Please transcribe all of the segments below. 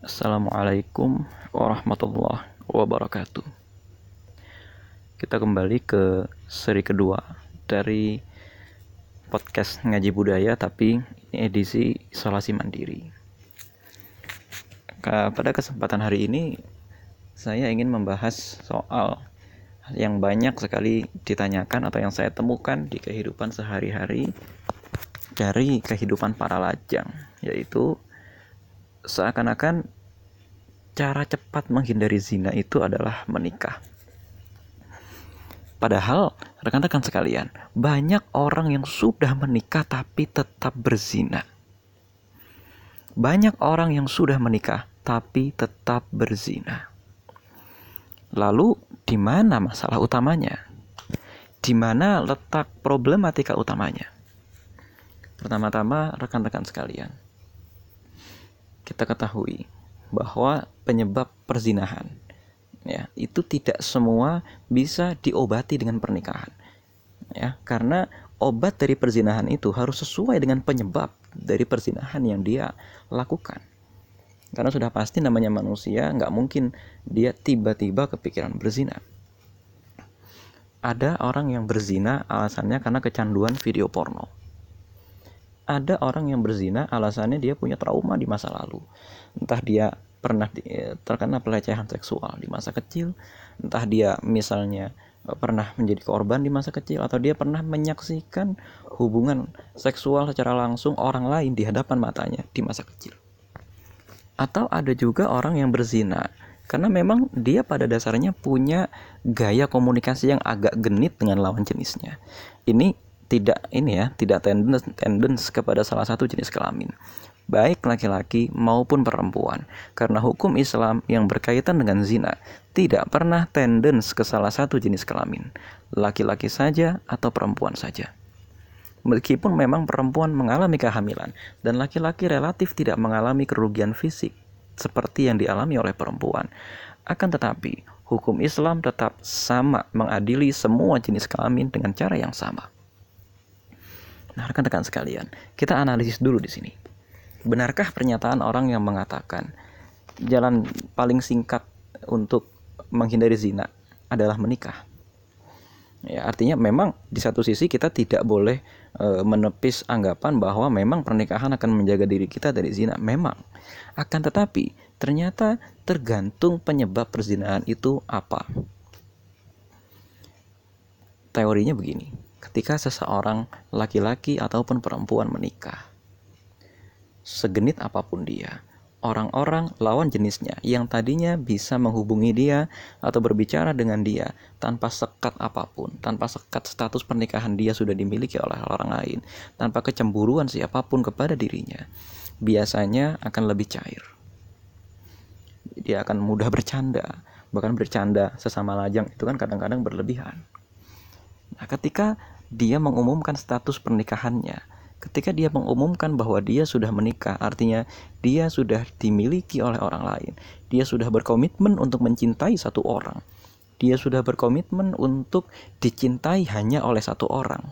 Assalamualaikum warahmatullahi wabarakatuh. Kita kembali ke seri kedua dari podcast Ngaji Budaya, tapi ini edisi isolasi mandiri. Pada kesempatan hari ini saya ingin membahas soal yang banyak sekali ditanyakan atau yang saya temukan di kehidupan sehari-hari dari kehidupan para lajang, yaitu seakan-akan cara cepat menghindari zina itu adalah menikah. Padahal rekan-rekan sekalian, banyak orang yang sudah menikah tapi tetap berzina. Banyak orang yang sudah menikah tapi tetap berzina. Lalu di mana masalah utamanya? Di mana letak problematika utamanya? Pertama-tama rekan-rekan sekalian, kita ketahui bahwa penyebab perzinahan itu tidak semua bisa diobati dengan pernikahan, karena obat dari perzinahan itu harus sesuai dengan penyebab dari perzinahan yang dia lakukan. Karena sudah pasti namanya manusia, nggak mungkin dia tiba-tiba kepikiran berzina. Ada orang yang berzina alasannya karena kecanduan video porno. Ada orang yang berzina alasannya dia punya trauma di masa lalu. Entah dia pernah terkena pelecehan seksual di masa kecil, entah dia misalnya pernah menjadi korban di masa kecil, atau dia pernah menyaksikan hubungan seksual secara langsung orang lain di hadapan matanya di masa kecil. Atau ada juga orang yang berzina karena memang dia pada dasarnya punya gaya komunikasi yang agak genit dengan lawan jenisnya. Ini tidak tendens kepada salah satu jenis kelamin, baik laki-laki maupun perempuan, karena hukum Islam yang berkaitan dengan zina tidak pernah tendens ke salah satu jenis kelamin, laki-laki saja atau perempuan saja. Meskipun memang perempuan mengalami kehamilan dan laki-laki relatif tidak mengalami kerugian fisik seperti yang dialami oleh perempuan, akan tetapi hukum Islam tetap sama mengadili semua jenis kelamin dengan cara yang sama. Nah, rekan-rekan sekalian, kita analisis dulu di sini. Benarkah pernyataan orang yang mengatakan jalan paling singkat untuk menghindari zina adalah menikah? Ya, artinya memang di satu sisi kita tidak boleh menepis anggapan bahwa memang pernikahan akan menjaga diri kita dari zina. Memang. Akan tetapi ternyata tergantung penyebab perzinahan itu apa. Teorinya begini. Ketika seseorang laki-laki ataupun perempuan menikah, segenit apapun dia, orang-orang lawan jenisnya yang tadinya bisa menghubungi dia atau berbicara dengan dia tanpa sekat apapun, tanpa sekat status pernikahan dia sudah dimiliki oleh orang lain, tanpa kecemburuan siapapun kepada dirinya, biasanya akan lebih cair. Dia akan mudah bercanda, bahkan bercanda sesama lajang itu kan kadang-kadang berlebihan. Nah, ketika dia mengumumkan status pernikahannya, ketika dia mengumumkan bahwa dia sudah menikah, artinya dia sudah dimiliki oleh orang lain, dia sudah berkomitmen untuk mencintai satu orang, dia sudah berkomitmen untuk dicintai hanya oleh satu orang,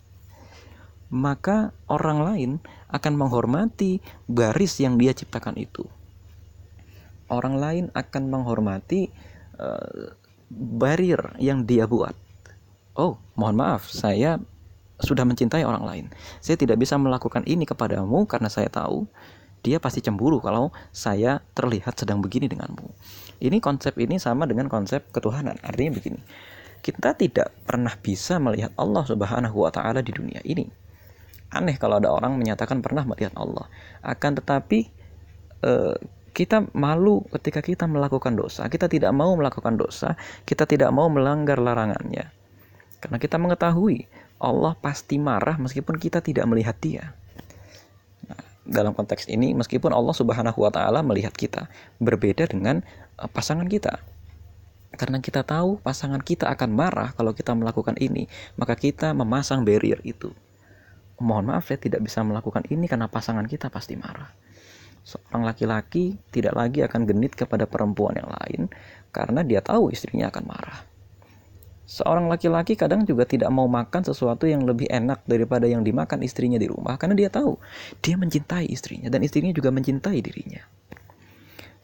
maka orang lain akan menghormati garis yang dia ciptakan itu. Orang lain akan menghormati barrier yang dia buat. Oh, mohon maaf, saya sudah mencintai orang lain. Saya tidak bisa melakukan ini kepadamu karena saya tahu dia pasti cemburu kalau saya terlihat sedang begini denganmu. Ini konsep ini sama dengan konsep ketuhanan. Artinya begini, kita tidak pernah bisa melihat Allah Subhanahu wa Ta'ala di dunia ini. Aneh kalau ada orang menyatakan pernah melihat Allah. Akan tetapi kita malu ketika kita melakukan dosa. Kita tidak mau melakukan dosa, kita tidak mau melanggar larangannya, karena kita mengetahui Allah pasti marah meskipun kita tidak melihat dia. Nah, dalam konteks ini, meskipun Allah Subhanahu wa Ta'ala melihat kita, berbeda dengan pasangan kita. Karena kita tahu pasangan kita akan marah kalau kita melakukan ini, maka kita memasang barrier itu. Mohon maaf, saya tidak bisa melakukan ini karena pasangan kita pasti marah. Seorang laki-laki tidak lagi akan genit kepada perempuan yang lain karena dia tahu istrinya akan marah. Seorang laki-laki kadang juga tidak mau makan sesuatu yang lebih enak daripada yang dimakan istrinya di rumah, karena dia tahu dia mencintai istrinya dan istrinya juga mencintai dirinya.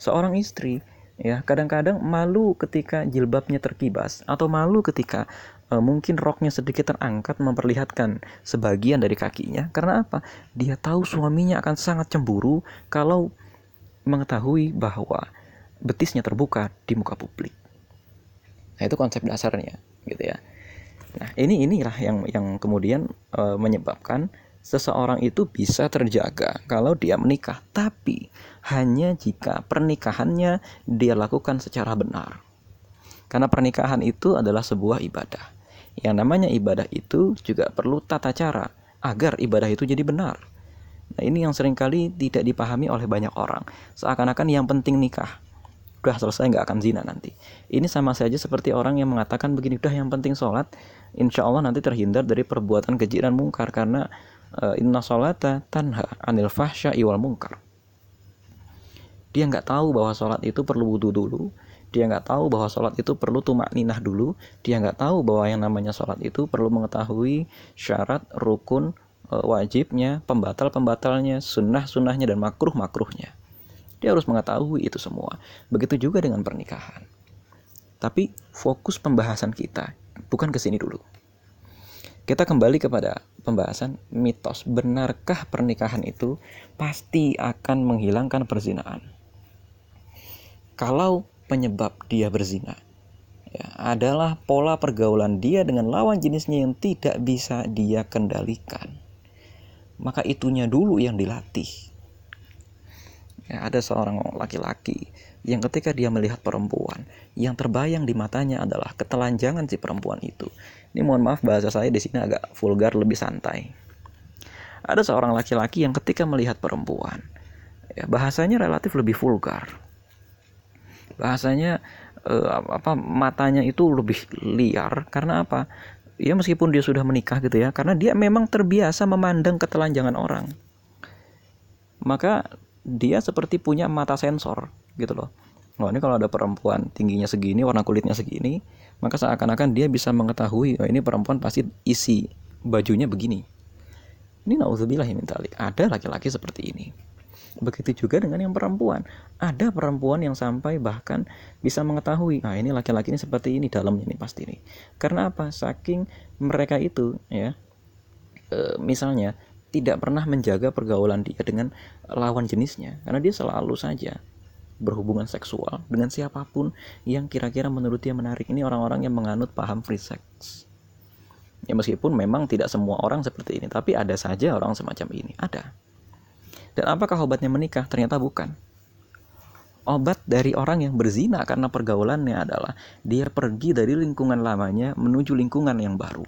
Seorang istri ya kadang-kadang malu ketika jilbabnya terkibas atau malu ketika mungkin roknya sedikit terangkat memperlihatkan sebagian dari kakinya. Karena apa? Dia tahu suaminya akan sangat cemburu kalau mengetahui bahwa betisnya terbuka di muka publik. Nah, itu konsep dasarnya gitu ya. Nah, inilah yang kemudian menyebabkan seseorang itu bisa terjaga kalau dia menikah, tapi hanya jika pernikahannya dia lakukan secara benar. Karena pernikahan itu adalah sebuah ibadah. Yang namanya ibadah itu juga perlu tata cara agar ibadah itu jadi benar. Nah, ini yang seringkali tidak dipahami oleh banyak orang. Seakan-akan yang penting nikah, udah selesai nggak akan zina nanti. Ini sama saja seperti orang yang mengatakan begini, udah yang penting sholat, insya Allah nanti terhindar dari perbuatan keji dan mungkar. Karena inna sholata tanha anil fahsya'i wal munkar. Dia nggak tahu bahwa sholat itu perlu wudu dulu. Dia nggak tahu bahwa sholat itu perlu tumakninah dulu. Dia nggak tahu bahwa yang namanya sholat itu perlu mengetahui syarat, rukun, wajibnya, pembatal-pembatalnya, sunnah-sunnahnya, dan makruh-makruhnya. Dia harus mengetahui itu semua. Begitu juga dengan pernikahan. Tapi fokus pembahasan kita bukan ke sini dulu. Kita kembali kepada pembahasan mitos. Benarkah pernikahan itu pasti akan menghilangkan perzinahan? Kalau penyebab dia berzina ya, adalah pola pergaulan dia dengan lawan jenisnya yang tidak bisa dia kendalikan, maka itunya dulu yang dilatih. Ya, ada seorang laki-laki yang ketika dia melihat perempuan, yang terbayang di matanya adalah ketelanjangan si perempuan itu. Ini mohon maaf bahasa saya di sini agak vulgar, lebih santai. Ada seorang laki-laki yang ketika melihat perempuan, ya, bahasanya relatif lebih vulgar. Bahasanya matanya itu lebih liar. Karena apa? Ya meskipun dia sudah menikah gitu ya, karena dia memang terbiasa memandang ketelanjangan orang. Maka dia seperti punya mata sensor gitu loh. Oh, ini kalau ada perempuan tingginya segini, warna kulitnya segini, maka seakan-akan dia bisa mengetahui, oh ini perempuan pasti isi bajunya begini. Ini na'udzubillah min dzalik. Ada laki-laki seperti ini. Begitu juga dengan yang perempuan. Ada perempuan yang sampai bahkan bisa mengetahui, nah ini laki-laki ini seperti ini dalamnya ini pasti nih. Karena apa? Saking mereka itu ya, misalnya tidak pernah menjaga pergaulan dia dengan lawan jenisnya, karena dia selalu saja berhubungan seksual dengan siapapun yang kira-kira menurut dia menarik. Ini orang-orang yang menganut paham free sex. Ya meskipun memang tidak semua orang seperti ini, tapi ada saja orang semacam ini, ada. Dan apakah obatnya menikah? Ternyata bukan. Obat dari orang yang berzina karena pergaulannya adalah dia pergi dari lingkungan lamanya menuju lingkungan yang baru.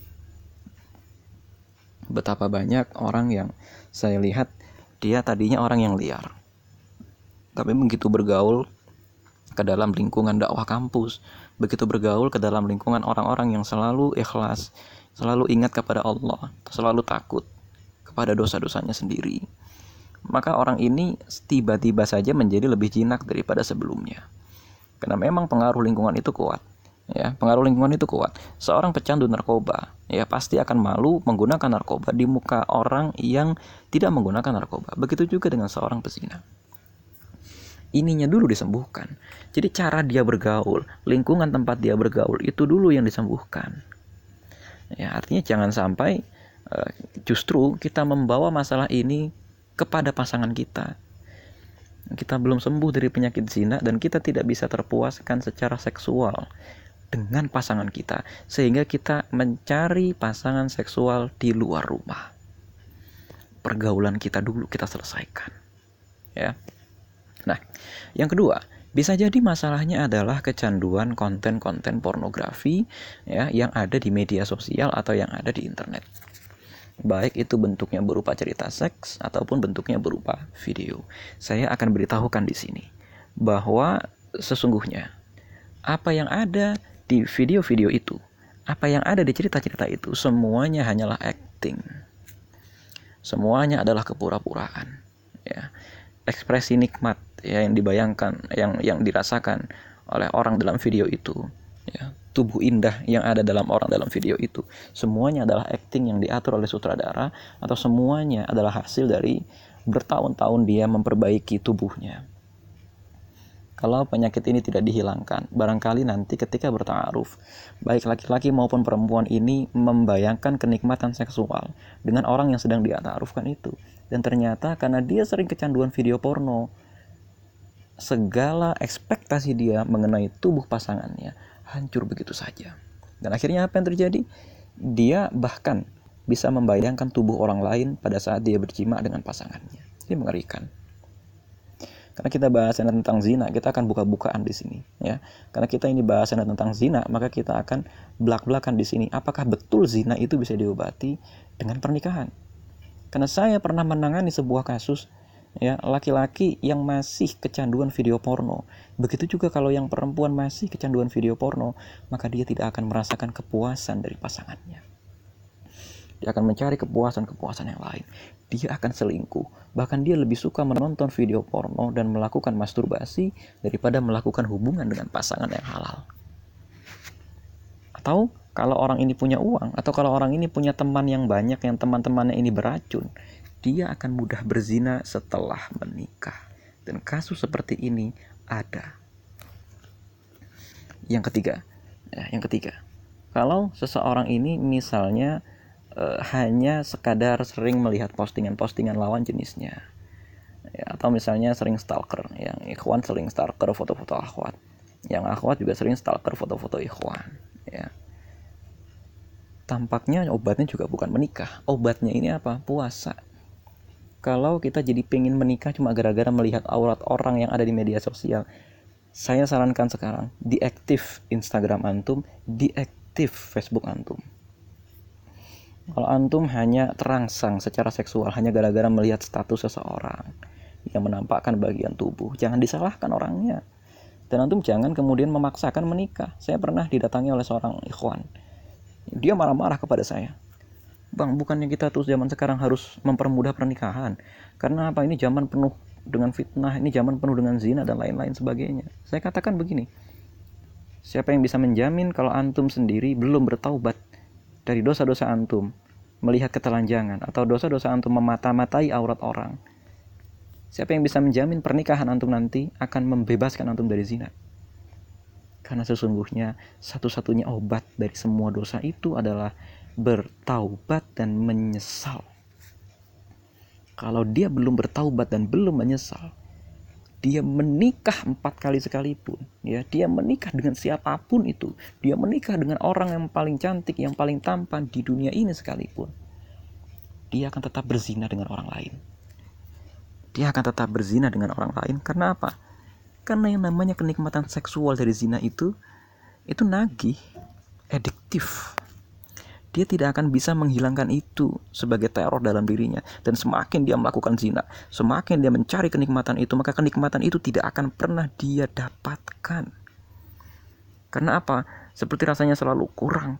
Betapa banyak orang yang saya lihat dia tadinya orang yang liar, tapi begitu bergaul ke dalam lingkungan dakwah kampus, begitu bergaul ke dalam lingkungan orang-orang yang selalu ikhlas, selalu ingat kepada Allah, selalu takut kepada dosa-dosanya sendiri, maka orang ini tiba-tiba saja menjadi lebih jinak daripada sebelumnya. Karena memang pengaruh lingkungan itu kuat. Ya, pengaruh lingkungan itu kuat. Seorang pecandu narkoba, ya pasti akan malu menggunakan narkoba di muka orang yang tidak menggunakan narkoba. Begitu juga dengan seorang pezina. Ininya dulu disembuhkan. Jadi cara dia bergaul, lingkungan tempat dia bergaul itu dulu yang disembuhkan. Ya, artinya jangan sampai justru kita membawa masalah ini kepada pasangan kita. Kita belum sembuh dari penyakit zina dan kita tidak bisa terpuaskan secara seksual dengan pasangan kita, sehingga kita mencari pasangan seksual di luar rumah. Pergaulan kita dulu kita selesaikan. Ya. Nah, yang kedua, bisa jadi masalahnya adalah kecanduan konten-konten pornografi ya, yang ada di media sosial atau yang ada di internet. Baik itu bentuknya berupa cerita seks ataupun bentuknya berupa video. Saya akan beritahukan di sini bahwa sesungguhnya apa yang ada di video-video itu, apa yang ada di cerita-cerita itu, semuanya hanyalah acting. Semuanya adalah kepura-puraan. Ya. Ekspresi nikmat ya, yang dibayangkan, yang dirasakan oleh orang dalam video itu, ya, tubuh indah yang ada dalam orang dalam video itu, semuanya adalah acting yang diatur oleh sutradara, atau semuanya adalah hasil dari bertahun-tahun dia memperbaiki tubuhnya. kalau penyakit ini tidak dihilangkan. Barangkali nanti ketika berta'aruf, baik laki-laki maupun perempuan ini membayangkan kenikmatan seksual dengan orang yang sedang dia ta'arufkan itu. Dan ternyata karena dia sering kecanduan video porno, segala ekspektasi dia mengenai tubuh pasangannya hancur begitu saja. Dan akhirnya apa yang terjadi? Dia bahkan bisa membayangkan tubuh orang lain pada saat dia berjima dengan pasangannya. Ini mengerikan. Karena kita bahasan tentang zina, kita akan buka-bukaan di sini, ya. Karena kita ini bahasan tentang zina, maka kita akan belak-belakan di sini. Apakah betul zina itu bisa diobati dengan pernikahan? Karena saya pernah menangani sebuah kasus, ya, laki-laki yang masih kecanduan video porno. Begitu juga kalau yang perempuan masih kecanduan video porno, maka dia tidak akan merasakan kepuasan dari pasangannya. Dia akan mencari kepuasan-kepuasan yang lain. Dia akan selingkuh. Bahkan dia lebih suka menonton video porno dan melakukan masturbasi daripada melakukan hubungan dengan pasangan yang halal. Atau kalau orang ini punya uang, atau kalau orang ini punya teman yang banyak, yang teman-temannya ini beracun, dia akan mudah berzina setelah menikah. Dan kasus seperti ini ada. Yang ketiga, kalau seseorang ini misalnya hanya sekadar sering melihat postingan-postingan lawan jenisnya, ya, atau misalnya sering stalker, yang ikhwan sering stalker foto-foto akhwat, yang akhwat juga sering stalker foto-foto ikhwan, ya. Tampaknya obatnya juga bukan menikah. Obatnya ini apa? Puasa. Kalau kita jadi pengen menikah cuma gara-gara melihat aurat orang yang ada di media sosial, saya sarankan sekarang diaktif Instagram antum, diaktif Facebook antum. Kalau antum hanya terangsang secara seksual hanya gara-gara melihat status seseorang yang menampakkan bagian tubuh, jangan disalahkan orangnya. Dan antum jangan kemudian memaksakan menikah. Saya pernah didatangi oleh seorang ikhwan. Dia marah-marah kepada saya. Bang, bukannya kita tuh zaman sekarang harus mempermudah pernikahan? Karena apa, ini zaman penuh dengan fitnah, ini zaman penuh dengan zina dan lain-lain sebagainya. Saya katakan begini, siapa yang bisa menjamin kalau antum sendiri belum bertaubat dari dosa-dosa antum melihat ketelanjangan atau dosa-dosa antum memata-matai aurat orang? Siapa yang bisa menjamin pernikahan antum nanti akan membebaskan antum dari zina? Karena sesungguhnya satu-satunya obat dari semua dosa itu adalah bertaubat dan menyesal. Kalau dia belum bertaubat dan belum menyesal, dia menikah 4 kali sekalipun, ya, dia menikah dengan siapapun itu, dia menikah dengan orang yang paling cantik, yang paling tampan di dunia ini sekalipun, dia akan tetap berzina dengan orang lain. Dia akan tetap berzina dengan orang lain. Karena apa? Karena yang namanya kenikmatan seksual dari zina itu nagih, adiktif. Dia tidak akan bisa menghilangkan itu sebagai teror dalam dirinya. Dan semakin dia melakukan zina, semakin dia mencari kenikmatan itu, maka kenikmatan itu tidak akan pernah dia dapatkan. Karena apa? Seperti rasanya selalu kurang,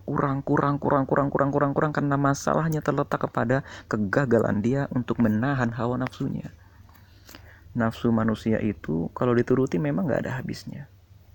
karena masalahnya terletak kepada kegagalan dia untuk menahan hawa nafsunya. Nafsu manusia itu kalau dituruti memang gak ada habisnya.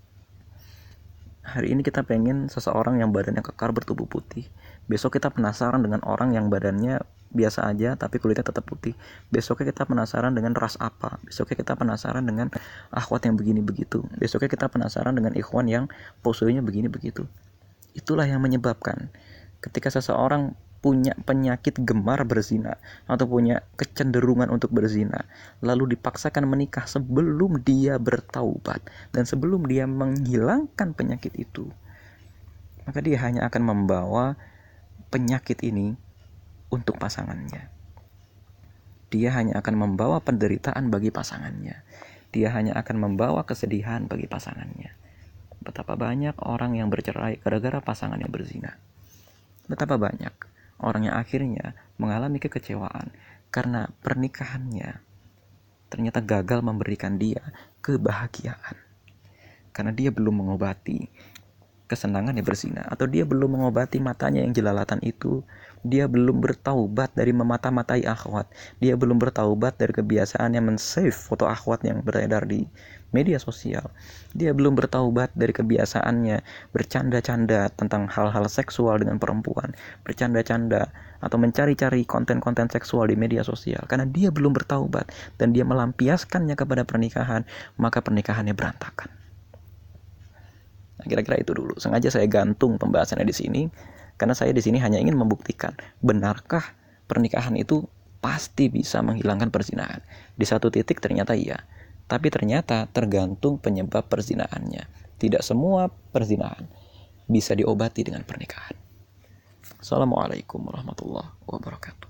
Hari ini kita pengen seseorang yang badannya kekar bertubuh putih. Besok kita penasaran dengan orang yang badannya biasa aja tapi kulitnya tetap putih. Besoknya kita penasaran dengan ras apa. Besoknya kita penasaran dengan akhwat yang begini begitu. Besoknya kita penasaran dengan ikhwan yang posenya begini begitu. Itulah yang menyebabkan ketika seseorang punya penyakit gemar berzina atau punya kecenderungan untuk berzina, lalu dipaksakan menikah sebelum dia bertaubat dan sebelum dia menghilangkan penyakit itu, maka dia hanya akan membawa penyakit ini untuk pasangannya. Dia hanya akan membawa penderitaan bagi pasangannya. Dia hanya akan membawa kesedihan bagi pasangannya. Betapa banyak orang yang bercerai gara-gara pasangan yang berzina. Betapa banyak orang yang akhirnya mengalami kekecewaan karena pernikahannya ternyata gagal memberikan dia kebahagiaan. Karena dia belum mengobati kesenangannya berzina, atau dia belum mengobati matanya yang jelalatan itu dia belum bertaubat dari memata-matai akhwat, dia belum bertaubat dari kebiasaan yang men-save foto akhwat yang beredar di media sosial, dia belum bertaubat dari kebiasaannya bercanda-canda tentang hal-hal seksual dengan perempuan, bercanda-canda atau mencari-cari konten-konten seksual di media sosial, karena dia belum bertaubat dan dia melampiaskannya kepada pernikahan, maka pernikahannya berantakan. Nah, kira-kira itu dulu. Sengaja saya gantung pembahasannya di sini karena saya di sini hanya ingin membuktikan, benarkah pernikahan itu pasti bisa menghilangkan perzinahan. Di satu titik ternyata iya, tapi ternyata tergantung penyebab perzinahannya. Tidak semua perzinahan bisa diobati dengan pernikahan. Assalamualaikum warahmatullahi wabarakatuh.